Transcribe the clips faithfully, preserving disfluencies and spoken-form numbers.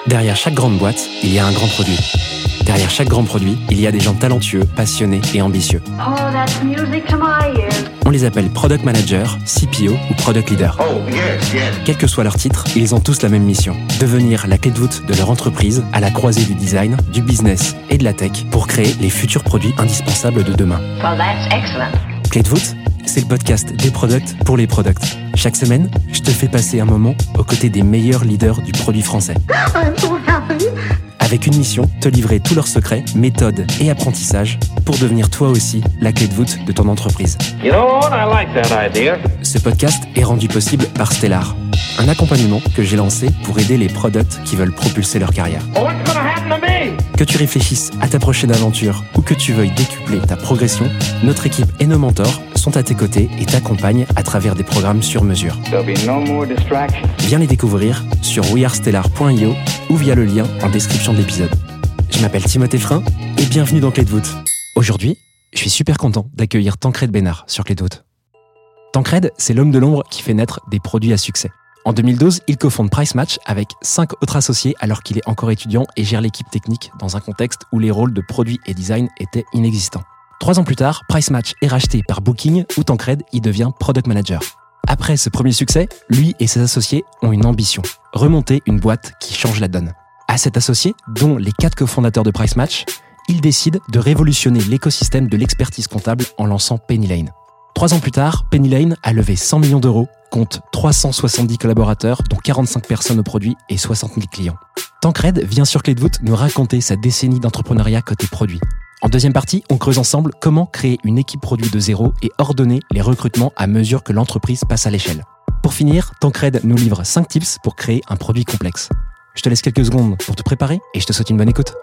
Derrière chaque grande boîte, il y a un grand produit. Derrière chaque grand produit, il y a des gens talentueux, passionnés et ambitieux. Oh, that's music to my ears. On les appelle Product Manager, C P O ou Product Leader. Oh, yes, yes. Quel que soit leur titre, ils ont tous la même mission. Devenir la clé de voûte de leur entreprise à la croisée du design, du business et de la tech pour créer les futurs produits indispensables de demain. Well, that's excellent. Clé de voûte, c'est le podcast des products pour les products. Chaque semaine, je te fais passer un moment aux côtés des meilleurs leaders du produit français. I'm so happy. Avec une mission, te livrer tous leurs secrets, méthodes et apprentissages pour devenir toi aussi la clé de voûte de ton entreprise. You know what? I like that idea. Ce podcast est rendu possible par Stellar, un accompagnement que j'ai lancé pour aider les products qui veulent propulser leur carrière. Oh, what's gonna happen to me? Que tu réfléchisses à ta prochaine aventure ou que tu veuilles décupler ta progression, notre équipe et nos mentors sont à tes côtés et t'accompagnent à travers des programmes sur mesure. There'll be no more distractions. Viens les découvrir sur we are stellar point i o ou via le lien en description de l'épisode. Je m'appelle Timothée Frein et bienvenue dans Clé de voûte. Aujourd'hui, je suis super content d'accueillir Tancred Bénard sur Clé de voûte. Tancred, c'est l'homme de l'ombre qui fait naître des produits à succès. En deux mille douze, il cofonde Pricematch avec cinq autres associés alors qu'il est encore étudiant et gère l'équipe technique dans un contexte où les rôles de produit et design étaient inexistants. Trois ans plus tard, Pricematch est racheté par Booking où Tancred y devient Product Manager. Après ce premier succès, lui et ses associés ont une ambition, remonter une boîte qui change la donne. À cet associé, dont les quatre cofondateurs de Pricematch, ils décident de révolutionner l'écosystème de l'expertise comptable en lançant Penny Lane. Trois ans plus tard, Penny Lane a levé cent millions d'euros, compte trois cent soixante-dix collaborateurs, dont quarante-cinq personnes au produit et soixante mille clients. Tancred vient sur Clé de voûte nous raconter sa décennie d'entrepreneuriat côté produit. En deuxième partie, on creuse ensemble comment créer une équipe produit de zéro et ordonner les recrutements à mesure que l'entreprise passe à l'échelle. Pour finir, Tancred nous livre cinq tips pour créer un produit complexe. Je te laisse quelques secondes pour te préparer et je te souhaite une bonne écoute.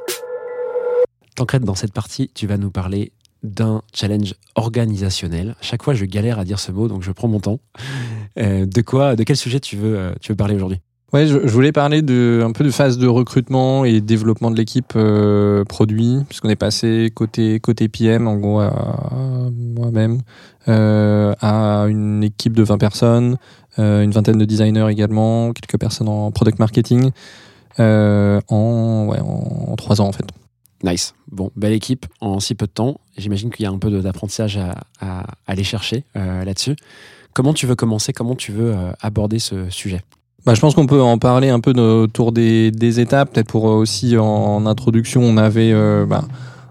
Tancred, dans cette partie, tu vas nous parler d'un challenge organisationnel. Chaque fois, je galère à dire ce mot, donc je prends mon temps. Euh, de quoi, de quel sujet tu veux, euh, tu veux parler aujourd'hui ? Ouais, je, je voulais parler de un peu de phase de recrutement et développement de l'équipe euh, produit, puisqu'on est passé côté côté P M, en gros à, à moi-même, euh, à une équipe de vingt personnes, euh, une vingtaine de designers également, quelques personnes en product marketing, euh, en ouais en, en trois ans en fait. Nice. Bon, belle équipe en si peu de temps. J'imagine qu'il y a un peu de, d'apprentissage à, à, à aller chercher euh, là-dessus. Comment tu veux commencer ? Comment tu veux euh, aborder ce sujet ? Bah, je pense qu'on peut en parler un peu de, autour des, des étapes. Peut-être pour aussi en, en introduction, on avait euh, bah,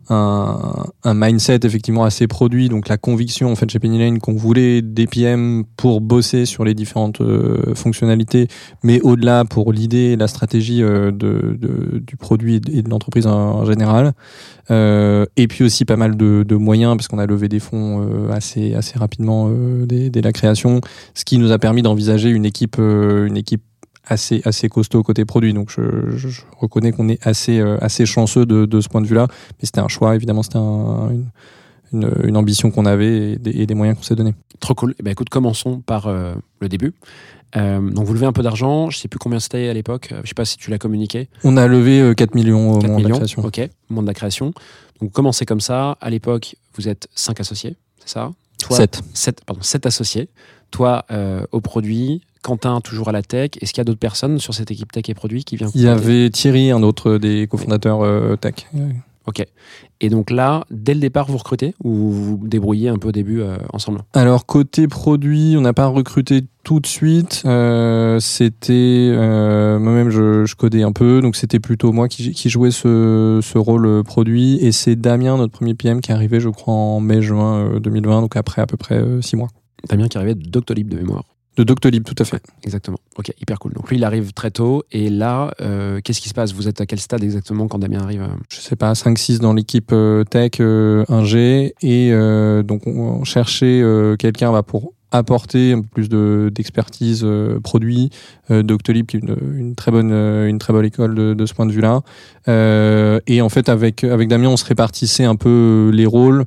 un, un mindset effectivement assez produit, donc la conviction en fait chez Penny Lane qu'on voulait des P M pour bosser sur les différentes euh, fonctionnalités, mais au-delà pour l'idée et la stratégie euh, de, de, du produit et de l'entreprise en, en général. Euh, et puis aussi pas mal de, de moyens parce qu'on a levé des fonds euh, assez assez rapidement euh, dès, dès la création, ce qui nous a permis d'envisager une équipe euh, une équipe assez assez costaud côté produit. Donc je, je, je reconnais qu'on est assez euh, assez chanceux de, de ce point de vue-là, mais c'était un choix évidemment, c'était un, une, une une ambition qu'on avait et des, et des moyens qu'on s'est donnés. Trop cool. Eh ben écoute, commençons par euh, le début. Euh, donc vous levez un peu d'argent, je sais plus combien c'était à l'époque, je sais pas si tu l'as communiqué. On a levé euh, quatre millions au quatre moment millions, de la création. Ok, au moment de la création. Donc vous commencez comme ça, à l'époque vous êtes cinq associés, c'est ça ? Toi, sept. sept, pardon, sept associés. Toi euh, au produit, Quentin toujours à la tech. Est-ce qu'il y a d'autres personnes sur cette équipe tech et produit qui vient ? Il y avait Thierry, un autre des cofondateurs euh, tech. Ok. Et donc là, dès le départ, vous recrutez ou vous vous débrouillez un peu au début euh, ensemble ? Alors côté produit, on n'a pas recruté tout de suite. Euh, c'était euh, moi-même, je, je codais un peu, donc c'était plutôt moi qui, qui jouais ce, ce rôle produit. Et c'est Damien, notre premier P M, qui est arrivé, je crois, en mai-juin deux mille vingt, donc après à peu près euh, six mois. Damien qui arrivait de Doctolib de mémoire. De Doctolib, tout à fait. Exactement. Ok, hyper cool. Donc lui, il arrive très tôt. Et là, euh, qu'est-ce qui se passe ? Vous êtes à quel stade exactement quand Damien arrive ? Je sais pas, cinq six dans l'équipe euh, tech, euh, ingé. Et euh, donc on, on cherchait euh, quelqu'un bah, pour apporter un peu plus de, d'expertise euh, produit. Euh, Doctolib, qui est une, une, très bonne, euh, une très bonne école de, de ce point de vue-là. Euh, et en fait, avec, avec Damien, on se répartissait un peu les rôles.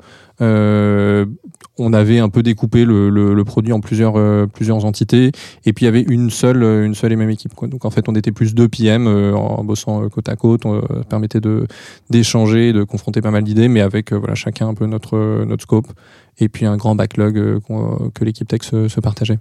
Euh, on avait un peu découpé le, le, le produit en plusieurs, euh, plusieurs entités, et puis il y avait une seule, une seule et même équipe, quoi. Donc en fait, on était plus deux P M euh, en bossant euh, côte à côte. On euh, permettait de d'échanger, de confronter pas mal d'idées, mais avec euh, voilà chacun un peu notre notre scope, et puis un grand backlog euh, que l'équipe tech se, se partageait.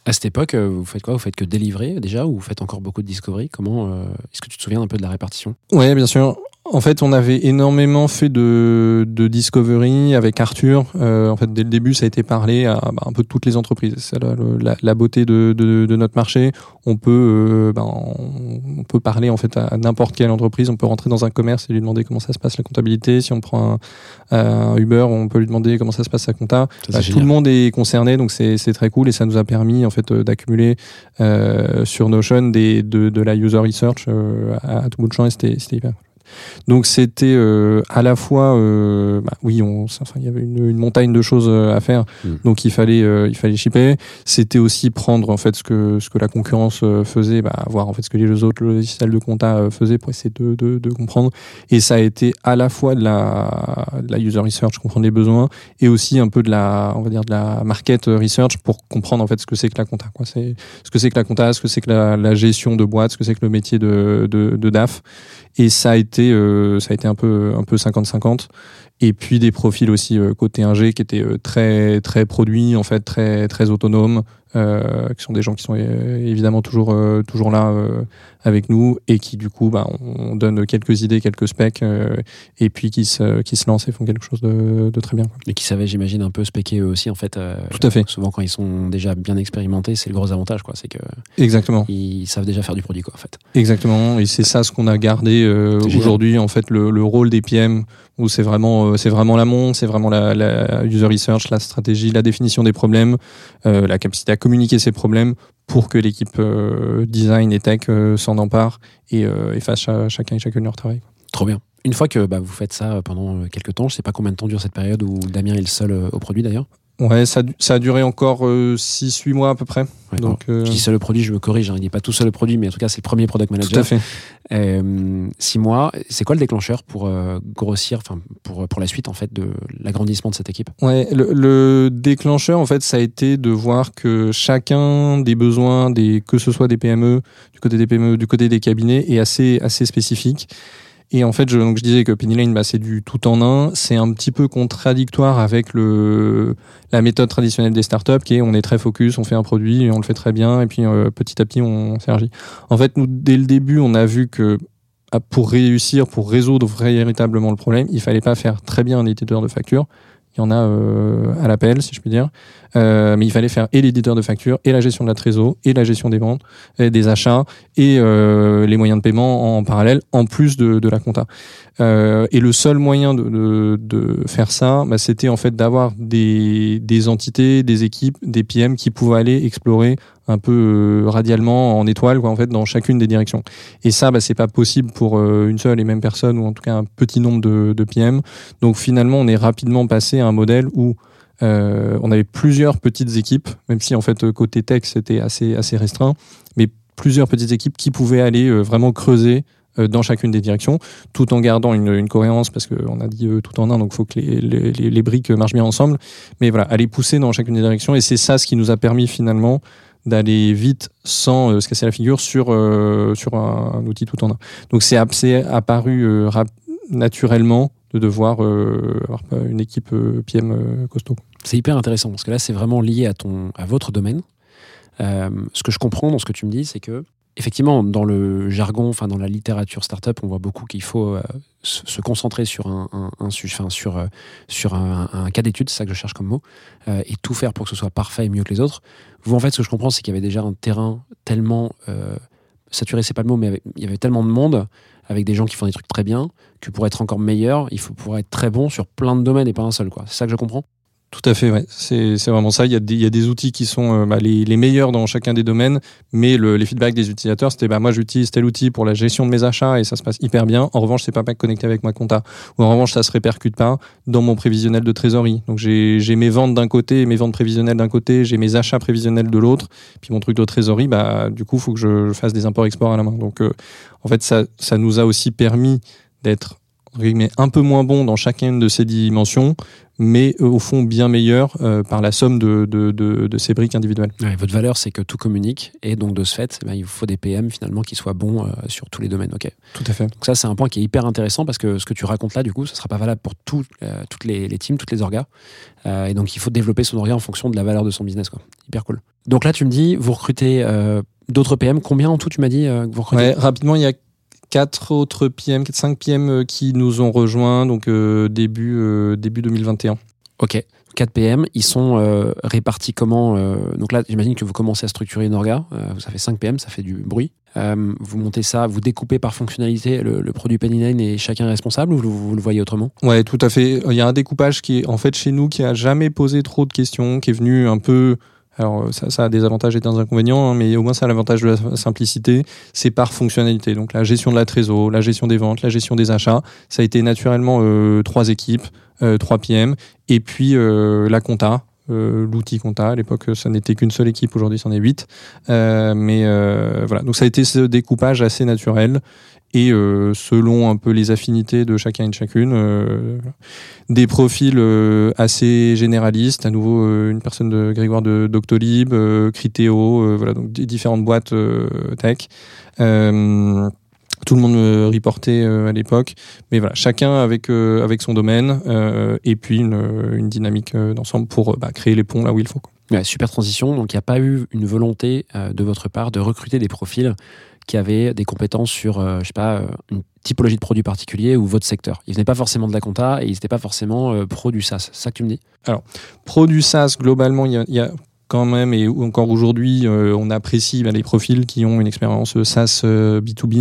À cette époque, vous faites quoi ? Vous faites que délivrer déjà ou vous faites encore beaucoup de discovery ? Comment euh, est-ce que tu te souviens un peu de la répartition ? Ouais, bien sûr. En fait, on avait énormément fait de, de discovery avec Arthur. Euh, en fait, dès le début, ça a été parlé à bah, un peu de toutes les entreprises. C'est la, la, la beauté de, de, de notre marché. On peut, euh, bah, on peut parler en fait à n'importe quelle entreprise. On peut rentrer dans un commerce et lui demander comment ça se passe la comptabilité. Si on prend un, un Uber, on peut lui demander comment ça se passe sa compta. Ça, bah, tout le monde est concerné, donc c'est, c'est très cool et ça nous a permis en fait d'accumuler euh, sur Notion des, de, de la user research euh, à, à tout bout de champ et c'était, c'était hyper. Donc c'était euh, à la fois, euh, bah, oui, on, enfin, il y avait une, une montagne de choses à faire, mmh. donc il fallait, euh, il fallait shipper. C'était aussi prendre en fait ce que ce que la concurrence faisait, bah, voir en fait ce que les autres logiciels de compta faisaient pour essayer de, de, de comprendre. Et ça a été à la fois de la, de la user research, comprendre les besoins, et aussi un peu de la, on va dire de la market research pour comprendre en fait ce que c'est que la compta, quoi. C'est ce que c'est que la compta, ce que c'est que la, la gestion de boîte, ce que c'est que le métier de, de, de D A F. Et ça a été Euh, ça a été un peu un peu cinquante cinquante et puis des profils aussi euh, côté ingé qui étaient euh, très très produits en fait très très autonomes euh, qui sont des gens qui sont euh, évidemment toujours euh, toujours là euh, avec nous et qui du coup bah on donne quelques idées quelques specs euh, et puis qui se qui se lancent et font quelque chose de, de très bien, quoi. Et qui savaient j'imagine un peu spéquer eux aussi en fait euh, tout à fait. Souvent quand ils sont déjà bien expérimentés c'est le gros avantage, quoi, c'est que exactement ils savent déjà faire du produit, quoi, en fait. Exactement, et c'est ça ce qu'on a gardé euh, aujourd'hui en fait le, le rôle des P M où c'est vraiment euh, c'est vraiment l'amont, c'est vraiment la, la user research, la stratégie, la définition des problèmes, euh, la capacité à communiquer ces problèmes pour que l'équipe euh, design et tech euh, s'en empare et, euh, et fasse ch- chacun et chacune leur travail. Trop bien. Une fois que bah, vous faites ça pendant quelques temps, je sais pas combien de temps dure cette période où Damien est le seul euh, au produit d'ailleurs. Ouais, ça, ça a duré encore euh, six huit mois à peu près. Ouais, donc, euh... je dis seul au produit, je me corrige, hein, il n'est pas tout seul au produit, mais en tout cas c'est le premier product manager. Tout à fait. Euh, six mois, c'est quoi le déclencheur pour euh, grossir, enfin pour pour la suite en fait de l'agrandissement de cette équipe? Ouais, le, le déclencheur en fait ça a été de voir que chacun des besoins des que ce soit des P M E, du côté des P M E, du côté des cabinets est assez assez spécifique. Et en fait, je, donc je disais que Penny Lane, bah, c'est du tout en un. C'est un petit peu contradictoire avec le la méthode traditionnelle des startups, qui est on est très focus, on fait un produit, et on le fait très bien, et puis euh, petit à petit on s'élargit. En fait, nous dès le début, on a vu que pour réussir, pour résoudre véritablement le problème, il fallait pas faire très bien un éditeur de facture. Il y en a euh, à l'appel, si je puis dire. Euh, mais il fallait faire et l'éditeur de facture, et la gestion de la trésor, et la gestion des ventes, et des achats, et euh, les moyens de paiement en parallèle, en plus de, de la compta. Euh, et le seul moyen de, de, de faire ça, bah, c'était en fait d'avoir des, des entités, des équipes, des P M qui pouvaient aller explorer un peu euh, radialement en étoile, quoi, en fait, dans chacune des directions. Et ça, bah, c'est pas possible pour euh, une seule et même personne, ou en tout cas un petit nombre de, de P M. Donc finalement, on est rapidement passé à un modèle où euh, on avait plusieurs petites équipes, même si en fait côté tech c'était assez assez restreint, mais plusieurs petites équipes qui pouvaient aller euh, vraiment creuser euh, dans chacune des directions, tout en gardant une, une cohérence, parce qu'on a dit euh, tout en un, donc il faut que les, les, les briques marchent bien ensemble. Mais voilà, aller pousser dans chacune des directions, et c'est ça ce qui nous a permis finalement d'aller vite sans euh, se casser la figure sur euh, sur un, un outil tout en un. Donc c'est, c'est apparu euh, rap- naturellement de devoir euh, avoir une équipe euh, P M euh, costaud. C'est hyper intéressant parce que là c'est vraiment lié à ton à votre domaine. Euh, ce que je comprends dans ce que tu me dis, c'est que effectivement dans le jargon, enfin dans la littérature startup, on voit beaucoup qu'il faut euh, se, se concentrer sur un, un, un sujet, enfin sur euh, sur un, un cas d'étude, c'est ça que je cherche comme mot, euh, et tout faire pour que ce soit parfait et mieux que les autres. Vous en fait, ce que je comprends, c'est qu'il y avait déjà un terrain tellement euh, saturé, c'est pas le mot, mais avec, il y avait tellement de monde avec des gens qui font des trucs très bien que pour être encore meilleur, il faut pouvoir être très bon sur plein de domaines et pas un seul, quoi. C'est ça que je comprends? Tout à fait, ouais. C'est, c'est vraiment ça. Il y a des, il y a des outils qui sont euh, bah, les, les meilleurs dans chacun des domaines, mais le, les feedbacks des utilisateurs, c'était bah, moi j'utilise tel outil pour la gestion de mes achats et ça se passe hyper bien. En revanche, c'est pas pas connecté avec ma compta. Ou en revanche, ça se répercute pas dans mon prévisionnel de trésorerie. Donc j'ai, j'ai mes ventes d'un côté, mes ventes prévisionnelles d'un côté, j'ai mes achats prévisionnels de l'autre. Puis mon truc de trésorerie, bah du coup, faut que je, je fasse des imports-exports à la main. Donc euh, en fait, ça, ça nous a aussi permis d'être entre guillemets, un peu moins bons dans chacune de ces dimensions, mais euh, au fond bien meilleurs euh, par la somme de, de, de, de ces briques individuelles. Ouais, votre valeur, c'est que tout communique, et donc de ce fait, eh ben, il vous faut des P M finalement qui soient bons euh, sur tous les domaines. Okay. Tout à fait. Donc ça, c'est un point qui est hyper intéressant parce que ce que tu racontes là, du coup, ça ne sera pas valable pour tout, euh, toutes les, les teams, toutes les orgas. Euh, et donc, il faut développer son orga en fonction de la valeur de son business, quoi. Hyper cool. Donc là, tu me dis, vous recrutez euh, d'autres P M. Combien en tout, tu m'as dit, euh, que vous recrutez ? Ouais, rapidement, il y a quatre autres P M, cinq P M qui nous ont rejoints donc euh, début, euh, début deux mille vingt et un. Ok, quatre P M, ils sont euh, répartis comment euh, Donc là, j'imagine que vous commencez à structurer une orga, euh, ça fait cinq P M, ça fait du bruit. Euh, vous montez ça, vous découpez par fonctionnalité le, le produit Penny Lane et chacun est responsable, ou vous, vous le voyez autrement ? Ouais, tout à fait. Il y a un découpage qui est en fait chez nous qui a jamais posé trop de questions, qui est venu un peu... Alors ça, ça a des avantages et des inconvénients, hein, mais au moins ça a l'avantage de la simplicité. C'est par fonctionnalité. Donc la gestion de la trésor, la gestion des ventes, la gestion des achats, ça a été naturellement euh, trois équipes, euh, trois P M, et puis euh, la compta, euh, l'outil compta. À l'époque, ça n'était qu'une seule équipe. Aujourd'hui, c'en est huit. Euh, mais euh, voilà. Donc ça a été ce découpage assez naturel. Et euh, selon un peu les affinités de chacun et de chacune, euh, des profils euh, assez généralistes. À nouveau, euh, une personne de Grégoire de Doctolib, euh, Criteo, euh, voilà, donc des différentes boîtes euh, tech. Euh, tout le monde me reportait euh, à l'époque, mais voilà, chacun avec euh, avec son domaine euh, et puis une, une dynamique euh, d'ensemble pour bah, créer les ponts là où il faut, quoi. Ouais, super transition. Donc il n'y a pas eu une volonté euh, de votre part de recruter des profils qui avaient des compétences sur, euh, je sais pas, euh, une typologie de produit particulier ou votre secteur. Ils venaient pas forcément de la compta et ils n'étaient pas forcément euh, pro du SaaS. C'est ça que tu me dis ? Alors, pro du SaaS, globalement, il y a, il y a quand même, et encore aujourd'hui, euh, on apprécie bah, les profils qui ont une expérience SaaS euh, B deux B,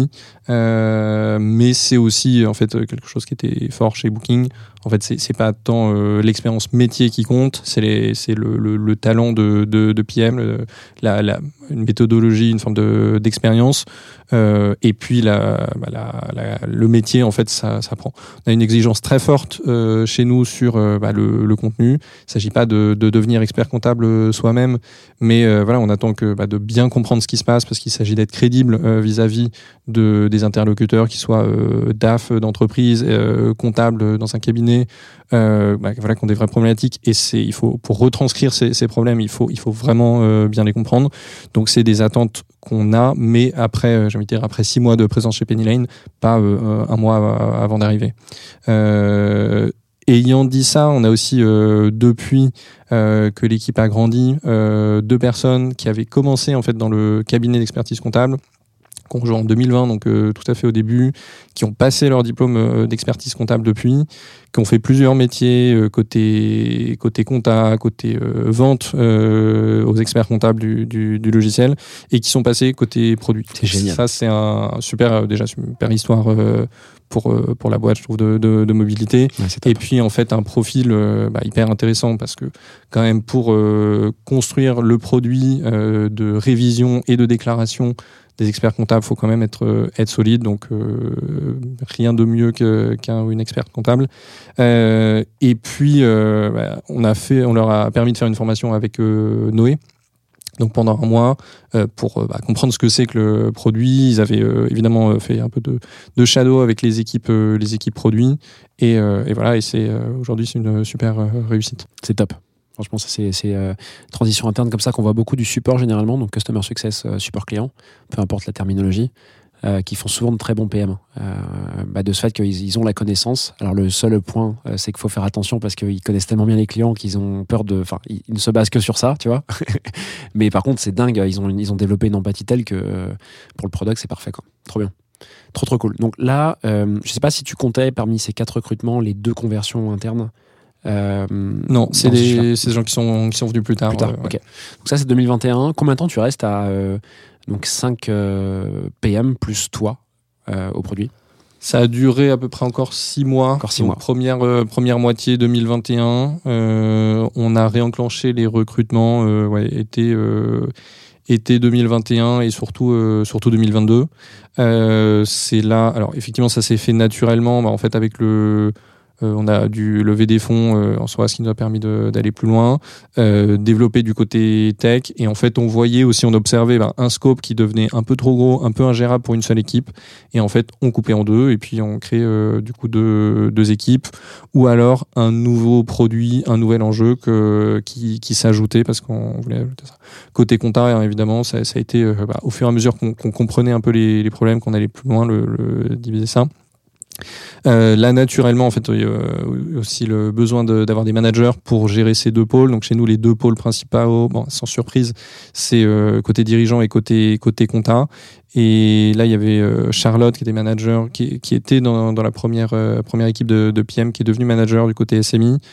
euh, mais c'est aussi en fait quelque chose qui était fort chez Booking. En fait, c'est, c'est pas tant euh, l'expérience métier qui compte, c'est, les, c'est le, le, le talent de, de, de P M, le, la, la, une méthodologie, une forme de, d'expérience, euh, et puis la, bah, la, la, le métier, en fait, ça, ça prend. On a une exigence très forte euh, chez nous sur euh, bah, le, le contenu. Il s'agit pas de, de devenir expert comptable soi-même, mais euh, voilà, on attend que bah, de bien comprendre ce qui se passe, parce qu'il s'agit d'être crédible euh, vis-à-vis de, des interlocuteurs, qui soient euh, D A F d'entreprise, euh, comptable dans un cabinet, Euh, bah, voilà, qui ont des vraies problématiques, et c'est, il faut, pour retranscrire ces, ces problèmes, il faut, il faut vraiment euh, bien les comprendre. Donc c'est des attentes qu'on a, mais après, euh, j'ai envie de dire, après six mois de présence chez Penny Lane, pas euh, un mois avant d'arriver. Euh, ayant dit ça, on a aussi euh, depuis euh, que l'équipe a grandi, euh, deux personnes qui avaient commencé en fait dans le cabinet d'expertise comptable, qu'on rejoint en deux mille vingt, donc euh, tout à fait au début, qui ont passé leur diplôme euh, d'expertise comptable depuis, qui ont fait plusieurs métiers euh, côté côté compta, côté euh, vente euh, aux experts comptables du, du, du logiciel, et qui sont passés côté produit. C'est génial. Ça, c'est un super, euh, déjà super histoire euh, pour euh, pour la boîte, je trouve, de, de, de mobilité. Ouais, c'est top. Et puis en fait un profil euh, bah, hyper intéressant, parce que quand même pour euh, construire le produit euh, de révision et de déclaration des experts comptables, faut quand même être être solide, donc euh, rien de mieux que, qu'un ou une experte comptable. Euh, et puis euh, bah, on a fait, on leur a permis de faire une formation avec euh, Noé. Donc pendant un mois, euh, pour bah, comprendre ce que c'est que le produit. Ils avaient euh, évidemment fait un peu de, de shadow avec les équipes, euh, les équipes produits, et, euh, et voilà. Et c'est euh, aujourd'hui c'est une super euh, réussite. C'est top. Franchement, ça, c'est, c'est euh, transition interne comme ça qu'on voit beaucoup du support généralement, donc Customer Success, euh, support client, peu importe la terminologie, euh, qui font souvent de très bons P M. Euh, bah de ce fait qu'ils ils ont la connaissance. Alors le seul point, euh, c'est qu'il faut faire attention parce qu'ils connaissent tellement bien les clients qu'ils ont peur de... Enfin, ils, ils ne se basent que sur ça, tu vois. Mais par contre, c'est dingue, ils ont, ils ont développé une empathie telle que euh, pour le product, c'est parfait, quoi. Trop bien. Trop, trop cool. Donc là, euh, je ne sais pas si tu comptais parmi ces quatre recrutements les deux conversions internes. Euh, non, c'est des, c'est des gens qui sont, qui sont venus plus tard. Plus tard, euh, ouais. ok. Donc ça, c'est deux mille vingt et un. Combien de temps tu restes à euh, donc cinq euh, P M plus toi euh, au produit ? Ça a duré à peu près encore six mois. Encore six donc mois. Première, euh, première moitié deux mille vingt et un. Euh, on a réenclenché les recrutements euh, ouais, été, euh, été deux mille vingt et un et surtout, euh, surtout deux mille vingt-deux. Euh, c'est là. Alors effectivement, ça s'est fait naturellement. Bah, en fait, avec le Euh, on a dû lever des fonds euh, en soi, ce qui nous a permis de, d'aller plus loin, euh, développer du côté tech. Et en fait, on voyait aussi, on observait ben, un scope qui devenait un peu trop gros, un peu ingérable pour une seule équipe. Et en fait, on coupait en deux et puis on crée euh, du coup deux, deux équipes. Ou alors un nouveau produit, un nouvel enjeu que, qui, qui s'ajoutait parce qu'on voulait ajouter ça. Côté compta, hein, évidemment, ça, ça a été euh, bah, au fur et à mesure qu'on, qu'on comprenait un peu les, les problèmes, qu'on allait plus loin, le, le diviser ça. Euh, là, naturellement, en fait, il y a aussi le besoin de, d'avoir des managers pour gérer ces deux pôles. Donc, chez nous, les deux pôles principaux, bon, sans surprise, c'est euh, côté dirigeant et côté côté compta. Et là, il y avait euh, Charlotte, qui était manager, qui, qui était dans, dans la première euh, première équipe de, de P M, qui est devenue manager du côté S M I.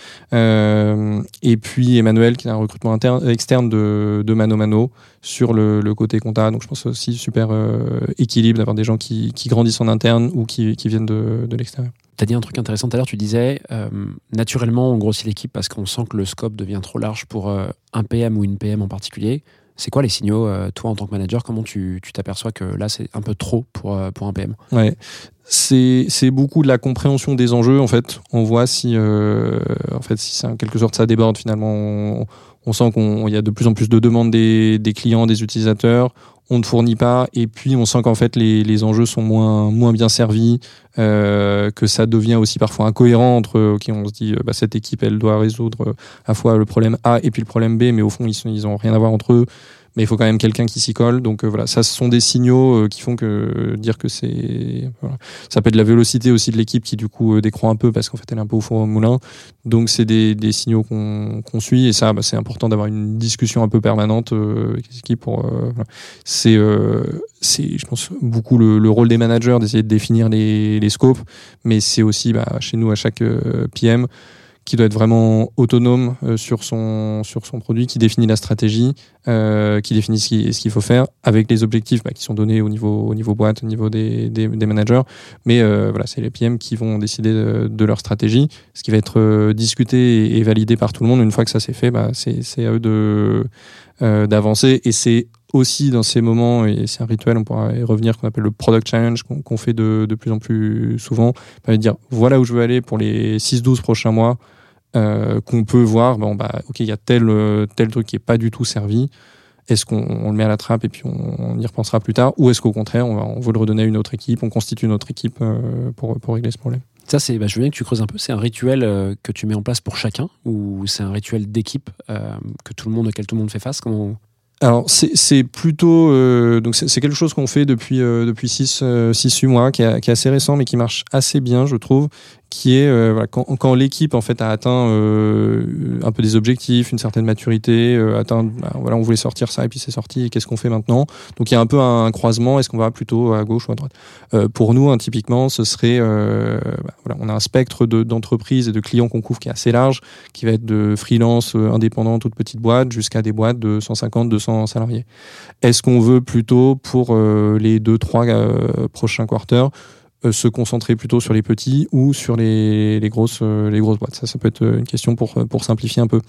Euh, et puis Emmanuel, qui est un recrutement interne, externe de, de Mano Mano sur le, le côté compta. Donc, je pense aussi super euh, équilibre d'avoir des gens qui, qui grandissent en interne ou qui, qui viennent de, de l'extérieur. Tu as dit un truc intéressant tout à l'heure, tu disais euh, naturellement on grossit l'équipe parce qu'on sent que le scope devient trop large pour euh, un P M ou une P M en particulier. C'est quoi les signaux, euh, toi en tant que manager, comment tu, tu t'aperçois que là c'est un peu trop pour, euh, pour un P M? Ouais, c'est, c'est beaucoup de la compréhension des enjeux en fait. On voit si, euh, en fait, si c'est en quelque sorte ça déborde finalement. On, on sent qu'il y a de plus en plus de demandes des, des clients, des utilisateurs. On ne fournit pas et puis on sent qu'en fait les, les enjeux sont moins, moins bien servis, euh, que ça devient aussi parfois incohérent entre, ok, on se dit bah, cette équipe elle doit résoudre à la fois le problème A et puis le problème B, mais au fond ils sont, ils ont rien à voir entre eux. Mais il faut quand même quelqu'un qui s'y colle. Donc euh, voilà, ça ce sont des signaux euh, qui font que euh, dire que c'est voilà. Ça peut être la vélocité aussi de l'équipe qui du coup euh, décroît un peu parce qu'en fait elle est un peu au four au moulin. Donc c'est des, des signaux qu'on, qu'on suit et ça bah, c'est important d'avoir une discussion un peu permanente euh, avec les équipes pour euh, voilà. c'est euh, c'est je pense beaucoup le, le rôle des managers d'essayer de définir les, les scopes, mais c'est aussi bah, chez nous à chaque euh, P M qui doit être vraiment autonome euh, sur son sur son produit, qui définit la stratégie, euh, qui définit ce, qui, ce qu'il faut faire avec les objectifs bah, qui sont donnés au niveau au niveau boîte, au niveau des des, des managers. Mais euh, voilà, c'est les P M qui vont décider de, de leur stratégie, ce qui va être euh, discuté et, et validé par tout le monde. Une fois que ça c'est fait, bah, c'est c'est à eux de euh, d'avancer et c'est aussi dans ces moments, et c'est un rituel, on pourra y revenir, qu'on appelle le Product Challenge, qu'on, qu'on fait de, de plus en plus souvent, ça veut dire voilà où je veux aller pour les six douze prochains mois, euh, qu'on peut voir, bon, bah, ok, il y a tel, tel truc qui n'est pas du tout servi, est-ce qu'on on le met à la trappe et puis on, on y repensera plus tard, ou est-ce qu'au contraire, on, va, on veut le redonner à une autre équipe, on constitue une autre équipe euh, pour, pour régler ce problème. Ça, c'est, bah, je veux bien que tu creuses un peu. C'est un rituel euh, que tu mets en place pour chacun, ou c'est un rituel d'équipe euh, que tout le monde, auquel tout le monde fait face? Comment... Alors c'est c'est plutôt euh, donc c'est, c'est quelque chose qu'on fait depuis euh, depuis six huit mois, qui est, qui est assez récent mais qui marche assez bien, je trouve, qui est euh, voilà, quand, quand l'équipe en fait a atteint euh, un peu des objectifs, une certaine maturité, euh, atteint bah, voilà, on voulait sortir ça et puis c'est sorti, et qu'est-ce qu'on fait maintenant? Donc il y a un peu un, un croisement, est-ce qu'on va plutôt à gauche ou à droite? Euh, pour nous, hein, typiquement, ce serait euh, bah, voilà, on a un spectre de, d'entreprises et de clients qu'on couvre qui est assez large, qui va être de freelance, euh, indépendants, toutes petites boîtes, jusqu'à des boîtes de cent cinquante, deux cents salariés. Est-ce qu'on veut plutôt pour euh, les deux trois euh, prochains quarters euh, se concentrer plutôt sur les petits ou sur les, les grosses euh, les grosses boîtes? Ça, ça peut être une question pour pour simplifier un peu.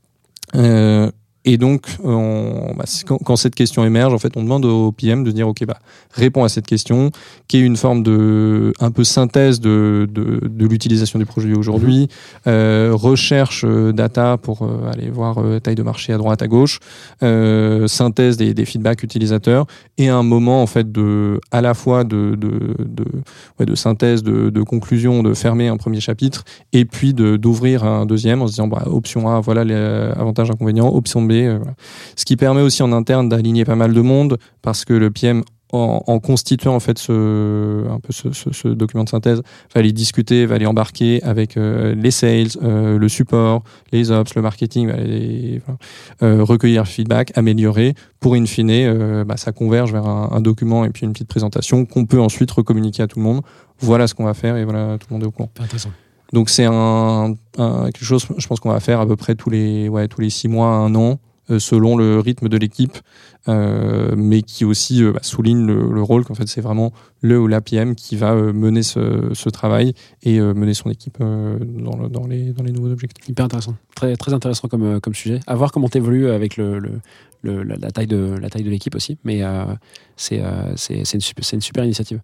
Euh, Et donc, on, bah, quand, quand cette question émerge, en fait, on demande au P M de dire, ok, bah, réponds à cette question, qui est une forme de, un peu synthèse de, de, de l'utilisation du produit aujourd'hui, euh, recherche euh, data pour euh, aller voir euh, taille de marché à droite, à gauche, euh, synthèse des, des feedbacks utilisateurs, et un moment, en fait, de, à la fois de, de, de, ouais, de synthèse, de, de conclusion, de fermer un premier chapitre, et puis de, d'ouvrir un deuxième en se disant, bah, option A, voilà les avantages, inconvénients, option B, Euh, voilà. Ce qui permet aussi en interne d'aligner pas mal de monde, parce que le P M, en, en constituant en fait ce, un peu ce, ce, ce document de synthèse, va aller discuter, va aller embarquer avec euh, les sales, euh, le support, les ops, le marketing, va aller, voilà, euh, recueillir le feedback, améliorer, pour in fine, euh, bah, ça converge vers un, un document et puis une petite présentation qu'on peut ensuite recommuniquer à tout le monde. Voilà ce qu'on va faire et voilà, tout le monde est au courant. Intéressant. Donc c'est un, un, quelque chose, je pense qu'on va faire à peu près tous les, ouais, tous les six mois, un an, euh, selon le rythme de l'équipe, euh, mais qui aussi euh, bah, souligne le, le rôle qu'en fait c'est vraiment le ou la P M qui va euh, mener ce, ce travail et euh, mener son équipe euh, dans, le, dans, les, dans les nouveaux objectifs. Hyper intéressant, très, très intéressant comme, comme sujet. À voir comment t'évolues avec le, le, le, la, la, taille de, la taille de l'équipe aussi, mais euh, c'est, euh, c'est, c'est, une super, c'est une super initiative.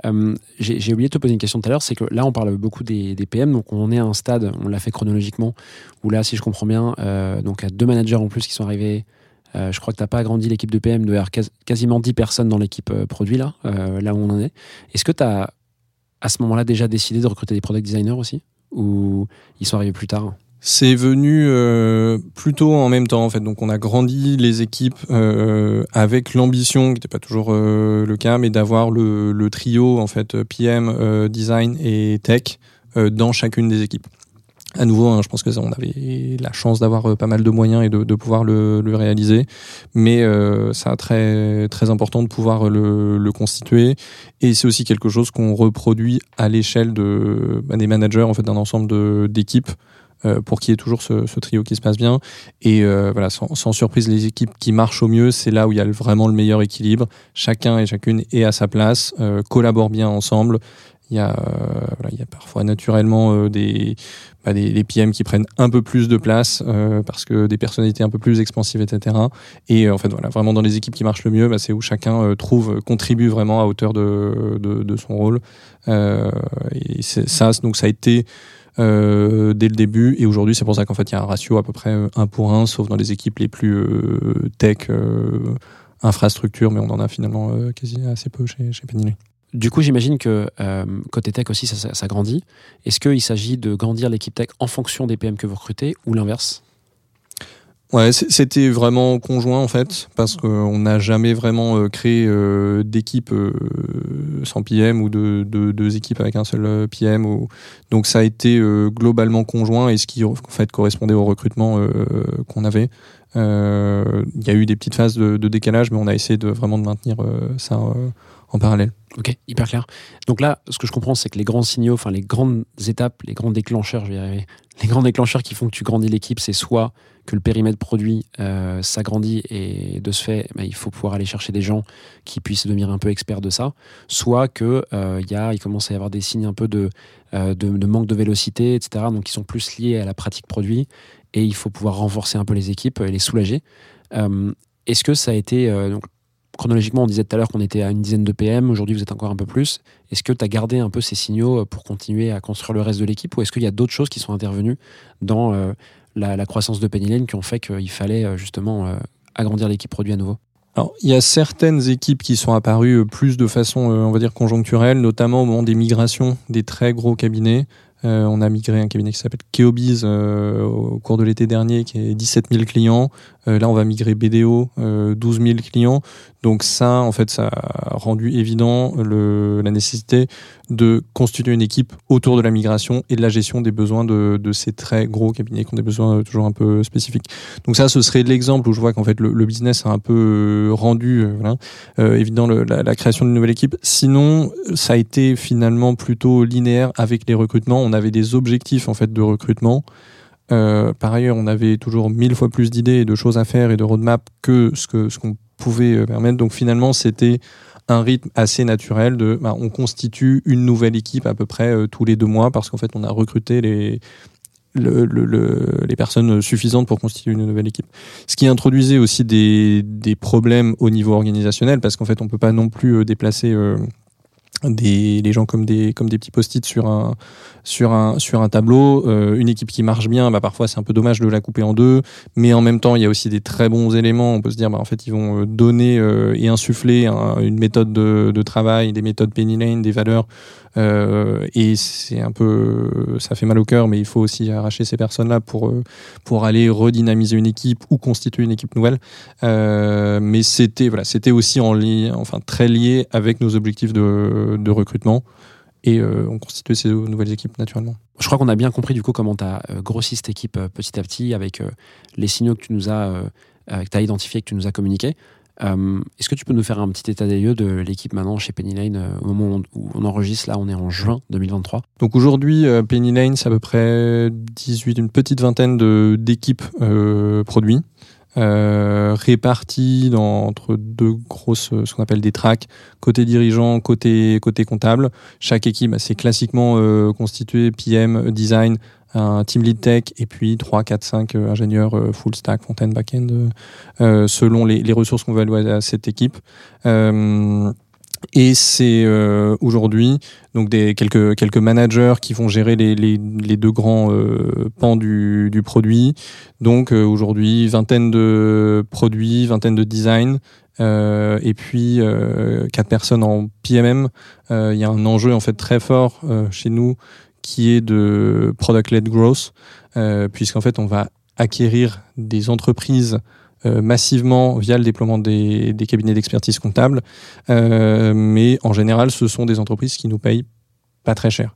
Euh, j'ai, j'ai oublié de te poser une question tout à l'heure, c'est que là, on parle beaucoup des, des P M, donc on est à un stade, on l'a fait chronologiquement, où là, si je comprends bien, euh, donc à deux managers en plus qui sont arrivés. Euh, je crois que tu n'as pas agrandi l'équipe de P M, de avoir quas- quasiment dix personnes dans l'équipe euh, produit, là, euh, là où on en est. Est-ce que tu as, à ce moment-là, déjà décidé de recruter des product designers aussi ? Ou ils sont arrivés plus tard ? C'est venu euh, plutôt en même temps en fait. Donc on a grandi les équipes euh, avec l'ambition, qui n'était pas toujours euh, le cas, mais d'avoir le, le trio en fait P M, euh, design et tech euh, dans chacune des équipes. À nouveau, hein, je pense que ça, on avait la chance d'avoir euh, pas mal de moyens et de, de pouvoir le, le réaliser, mais euh, ça a très très important de pouvoir le, le constituer. Et c'est aussi quelque chose qu'on reproduit à l'échelle de bah, des managers en fait d'un ensemble de, d'équipes. Euh, pour qu'il y ait toujours ce, ce trio qui se passe bien. Et euh, voilà, sans, sans surprise, les équipes qui marchent au mieux, c'est là où il y a le, vraiment le meilleur équilibre. Chacun et chacune est à sa place, euh, collabore bien ensemble. Il y a, euh, voilà, il y a parfois naturellement euh, des, bah, des, des P M qui prennent un peu plus de place euh, parce que des personnalités un peu plus expansives, et cetera. Et euh, en fait, voilà, vraiment dans les équipes qui marchent le mieux, bah, c'est où chacun euh, trouve, contribue vraiment à hauteur de, de, de son rôle. Euh, et c'est, ça, donc ça a été Euh, dès le début, et aujourd'hui c'est pour ça qu'en fait il y a un ratio à peu près un pour un, sauf dans les équipes les plus euh, tech, euh, infrastructure, mais on en a finalement euh, quasi assez peu chez, chez Penny Lane. Du coup, j'imagine que euh, côté tech aussi, ça, ça, ça grandit. Est-ce qu'il s'agit de grandir l'équipe tech en fonction des P M que vous recrutez ou l'inverse ? Ouais, c'était vraiment conjoint en fait, parce qu'on n'a jamais vraiment euh, créé euh, d'équipe euh, sans P M ou de deux de, de équipes avec un seul P M. Ou... Donc ça a été euh, globalement conjoint, et ce qui en fait correspondait au recrutement euh, qu'on avait. Il euh, y a eu des petites phases de, de décalage, mais on a essayé de vraiment de maintenir euh, ça euh, en parallèle. Ok, hyper clair. Donc là, ce que je comprends, c'est que les grands signaux, enfin les grandes étapes, les grands déclencheurs, je vais y arriver, les grands déclencheurs qui font que tu grandis l'équipe, c'est soit que le périmètre produit euh, s'agrandit, et de ce fait, bah, il faut pouvoir aller chercher des gens qui puissent devenir un peu experts de ça, soit que euh, y a, il commence à y avoir des signes un peu de, euh, de, de manque de vélocité, et cetera, donc qui sont plus liés à la pratique produit, et il faut pouvoir renforcer un peu les équipes et les soulager. Euh, est-ce que ça a été... Euh, donc, chronologiquement, on disait tout à l'heure qu'on était à une dizaine de P M. Aujourd'hui, vous êtes encore un peu plus. Est-ce que tu as gardé un peu ces signaux pour continuer à construire le reste de l'équipe, ou est-ce qu'il y a d'autres choses qui sont intervenues dans euh, la, la croissance de Penny Lane qui ont fait qu'il fallait euh, justement euh, agrandir l'équipe produit à nouveau ? Alors, il y a certaines équipes qui sont apparues plus de façon, euh, on va dire, conjoncturelle, notamment au moment des migrations des très gros cabinets. Euh, on a migré un cabinet qui s'appelle Keobiz euh, au cours de l'été dernier, qui est dix-sept mille clients. Euh, là, on va migrer B D O, euh, douze mille clients. Donc ça, en fait, ça a rendu évident le, la nécessité de constituer une équipe autour de la migration et de la gestion des besoins de, de ces très gros cabinets qui ont des besoins toujours un peu spécifiques. Donc ça, ce serait l'exemple où je vois qu'en fait le, le business a un peu rendu euh, voilà, euh, évident le, la, la création d'une nouvelle équipe. Sinon, ça a été finalement plutôt linéaire avec les recrutements. On avait des objectifs en fait de recrutement. Euh, par ailleurs, on avait toujours mille fois plus d'idées et de choses à faire et de roadmap que ce que ce qu'on pouvait permettre. Donc finalement, c'était un rythme assez naturel de, bah, on constitue une nouvelle équipe à peu près euh, tous les deux mois, parce qu'en fait, on a recruté les Le, le, le, les personnes suffisantes pour constituer une nouvelle équipe. Ce qui introduisait aussi des, des problèmes au niveau organisationnel, parce qu'en fait, on peut pas non plus déplacer euh, des les gens comme des comme des petits post-it sur un sur un sur un tableau. Euh, une équipe qui marche bien, bah parfois c'est un peu dommage de la couper en deux, mais en même temps il y a aussi des très bons éléments. On peut se dire bah en fait ils vont donner euh, et insuffler un, une méthode de, de travail, des méthodes Penny Lane, des valeurs. Euh, et c'est un peu, ça fait mal au cœur, mais il faut aussi arracher ces personnes-là pour pour aller redynamiser une équipe ou constituer une équipe nouvelle. Euh, mais c'était voilà, c'était aussi en lien, enfin très lié avec nos objectifs de de recrutement, et euh, on constituait ces nouvelles équipes naturellement. Je crois qu'on a bien compris du coup comment tu as euh, grossi cette équipe euh, petit à petit avec euh, les signaux que tu nous as, euh, que tu as identifiés, que tu nous as communiqués. Euh, est-ce que tu peux nous faire un petit état des lieux de l'équipe maintenant chez Penny Lane euh, au moment où on enregistre? Là, on est en juin deux mille vingt-trois. Donc aujourd'hui, euh, Penny Lane, c'est à peu près dix-huit, une petite vingtaine de, d'équipes euh, produits, euh, réparties dans, entre deux grosses, ce qu'on appelle des tracks, côté dirigeant, côté, côté comptable. Chaque équipe, bah, c'est classiquement euh, constitué P M, design, un team lead tech, et puis trois, quatre, cinq euh, ingénieurs euh, full stack, front-end, back-end, euh, selon les, les ressources qu'on veut allouer à cette équipe. Euh, Et c'est euh, aujourd'hui donc des quelques quelques managers qui vont gérer les les, les deux grands euh, pans du du produit. Donc euh, aujourd'hui vingtaine de produits, vingtaine de designs. Euh, et puis euh, quatre personnes en P M M. Il euh, y a un enjeu en fait très fort euh, chez nous qui est de product-led growth, euh, puisqu'en fait on va acquérir des entreprises euh, massivement via le déploiement des, des cabinets d'expertise comptable, euh, mais en général ce sont des entreprises qui nous payent pas très cher.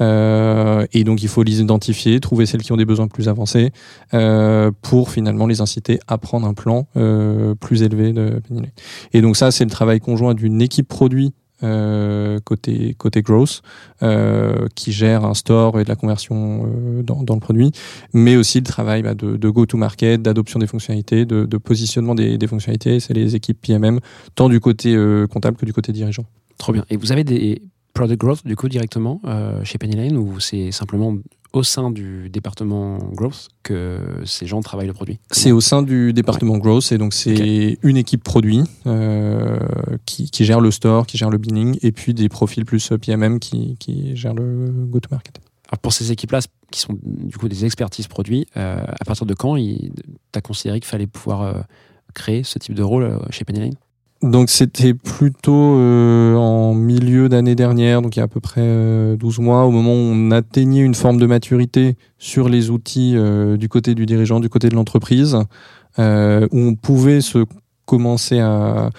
Euh, et donc il faut les identifier, trouver celles qui ont des besoins plus avancés euh, pour finalement les inciter à prendre un plan euh, plus élevé de Penny Lane. Et donc ça c'est le travail conjoint d'une équipe produit euh, côté côté growth euh, qui gère un store et de la conversion euh, dans, dans le produit, mais aussi le travail bah, de, de go-to-market, d'adoption des fonctionnalités, de, de positionnement des, des fonctionnalités. C'est les équipes P M M tant du côté euh, comptable que du côté dirigeant. Trop bien. Et vous avez des product growth du coup directement euh, chez Penny Lane ou c'est simplement au sein du département growth que ces gens travaillent le produit? C'est au sein du département ouais. growth et donc c'est okay. une équipe produit euh, qui, qui gère le store, qui gère le billing et puis des profils plus P M M qui, qui gèrent le go-to-market. Alors pour ces équipes-là qui sont du coup des expertises produits, euh, à partir de quand tu as considéré qu'il fallait pouvoir euh, créer ce type de rôle euh, chez Penny Lane? Donc c'était plutôt euh, en milieu d'année dernière, donc il y a à peu près euh, douze mois, au moment où on atteignait une forme de maturité sur les outils euh, du côté du dirigeant, du côté de l'entreprise, euh, où on pouvait se commencer à,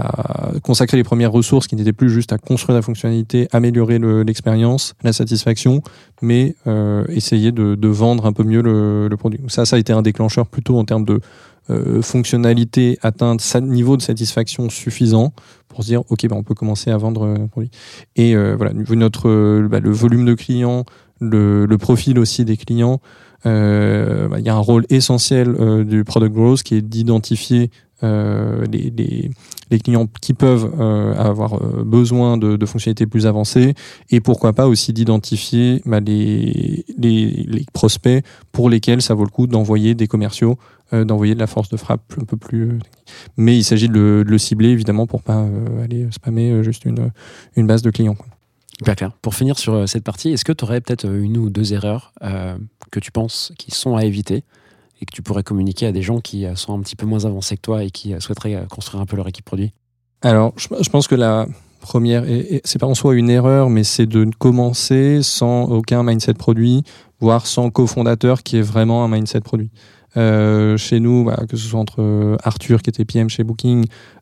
à consacrer les premières ressources qui n'étaient plus juste à construire la fonctionnalité, améliorer le, l'expérience, la satisfaction, mais euh, essayer de, de vendre un peu mieux le, le produit. Ça, ça a été un déclencheur plutôt en termes de Euh, fonctionnalité atteinte, niveau de satisfaction suffisant pour se dire ok bah on peut commencer à vendre un euh, produit. Et euh, voilà, notre euh, bah, le volume de clients, le, le profil aussi des clients, il euh, bah, y a un rôle essentiel euh, du product growth qui est d'identifier euh, les, les, les clients qui peuvent euh, avoir euh, besoin de, de fonctionnalités plus avancées et pourquoi pas aussi d'identifier bah, les, les, les prospects pour lesquels ça vaut le coup d'envoyer des commerciaux, euh, d'envoyer de la force de frappe un peu plus euh, mais il s'agit de le, de le cibler évidemment pour pas euh, aller spammer euh, juste une, une base de clients, quoi. Hyper clair. Pour finir sur cette partie, est-ce que tu aurais peut-être une ou deux erreurs euh, que tu penses qui sont à éviter et que tu pourrais communiquer à des gens qui sont un petit peu moins avancés que toi et qui souhaiteraient construire un peu leur équipe produit? Alors, je, je pense que la première, et, et c'est pas en soi une erreur, mais c'est de commencer sans aucun mindset produit, voire sans cofondateur qui est vraiment un mindset produit. Euh, chez nous, bah, que ce soit entre Arthur qui était P M chez Booking,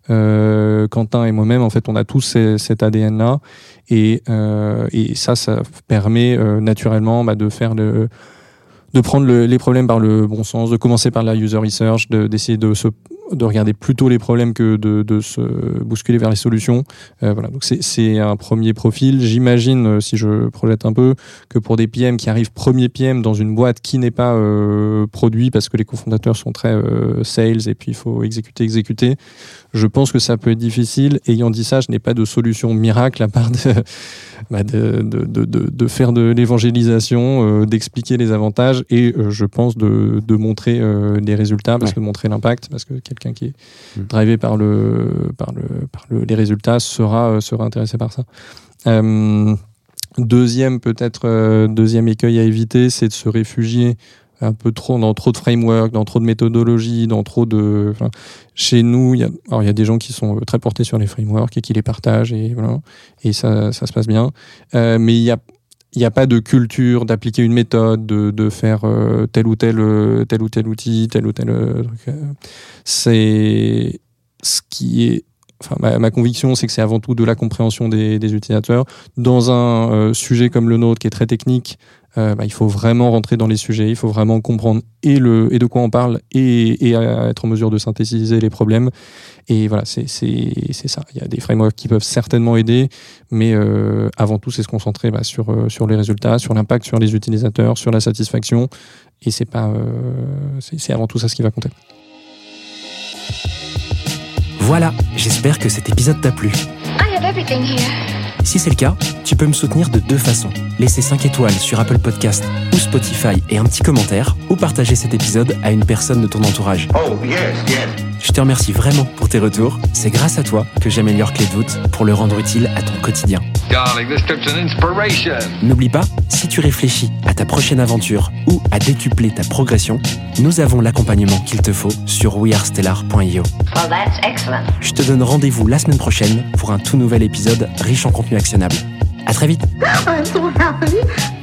euh, Quentin et moi-même, en fait, on a tous ces, cet A D N-là, et, euh, et ça, ça permet euh, naturellement bah, de faire le, de prendre le, les problèmes par le bon sens, de commencer par la user research, de, d'essayer de se de regarder plutôt les problèmes que de, de se bousculer vers les solutions. Euh, voilà, donc c'est, c'est un premier profil. J'imagine, si je projette un peu, que pour des P M qui arrivent premier P M dans une boîte qui n'est pas euh, produit, parce que les cofondateurs sont très euh, sales et puis il faut exécuter, exécuter, je pense que ça peut être difficile. Ayant dit ça, je n'ai pas de solution miracle à part de, bah de, de, de, de, de faire de l'évangélisation, euh, d'expliquer les avantages et euh, je pense de, de montrer euh, les résultats, parce ouais. que de montrer l'impact, parce que quelqu'un qui est drivé par le par le par le, les résultats sera sera intéressé par ça. Euh, deuxième peut-être euh, deuxième écueil à éviter, c'est de se réfugier un peu trop dans trop de framework, dans trop de méthodologies, dans trop de. Enfin, chez nous, il y a alors il y a des gens qui sont très portés sur les frameworks et qui les partagent et voilà, et ça ça se passe bien. Euh, mais il y a Il n'y a pas de culture d'appliquer une méthode, de, de faire euh, tel ou tel, euh, tel ou tel outil, tel ou tel euh, truc. Euh, c'est ce qui est. Enfin, ma, ma conviction, c'est que c'est avant tout de la compréhension des, des utilisateurs. Dans un euh, sujet comme le nôtre, qui est très technique, euh, bah, il faut vraiment rentrer dans les sujets. Il faut vraiment comprendre et le et de quoi on parle et, et être en mesure de synthétiser les problèmes. Et voilà, c'est c'est c'est ça. Il y a des frameworks qui peuvent certainement aider, mais euh, avant tout, c'est se concentrer bah, sur euh, sur les résultats, sur l'impact sur les utilisateurs, sur la satisfaction. Et c'est pas euh, c'est, c'est avant tout ça ce qui va compter. Voilà, j'espère que cet épisode t'a plu. I have everything here. Si c'est le cas, tu peux me soutenir de deux façons. Laisser cinq étoiles sur Apple Podcast ou Spotify et un petit commentaire, ou partager cet épisode à une personne de ton entourage. Oh, yes, yes. Je te remercie vraiment pour tes retours. C'est grâce à toi que j'améliore Clé de voûte pour le rendre utile à ton quotidien. Darling, this trip's an inspiration. N'oublie pas, si tu réfléchis à ta prochaine aventure ou à décupler ta progression, nous avons l'accompagnement qu'il te faut sur we are stellar point io. Well, that's excellent. Je te donne rendez-vous la semaine prochaine pour un tout nouvel épisode riche en contenu actionnable. À très vite. I'm so happy.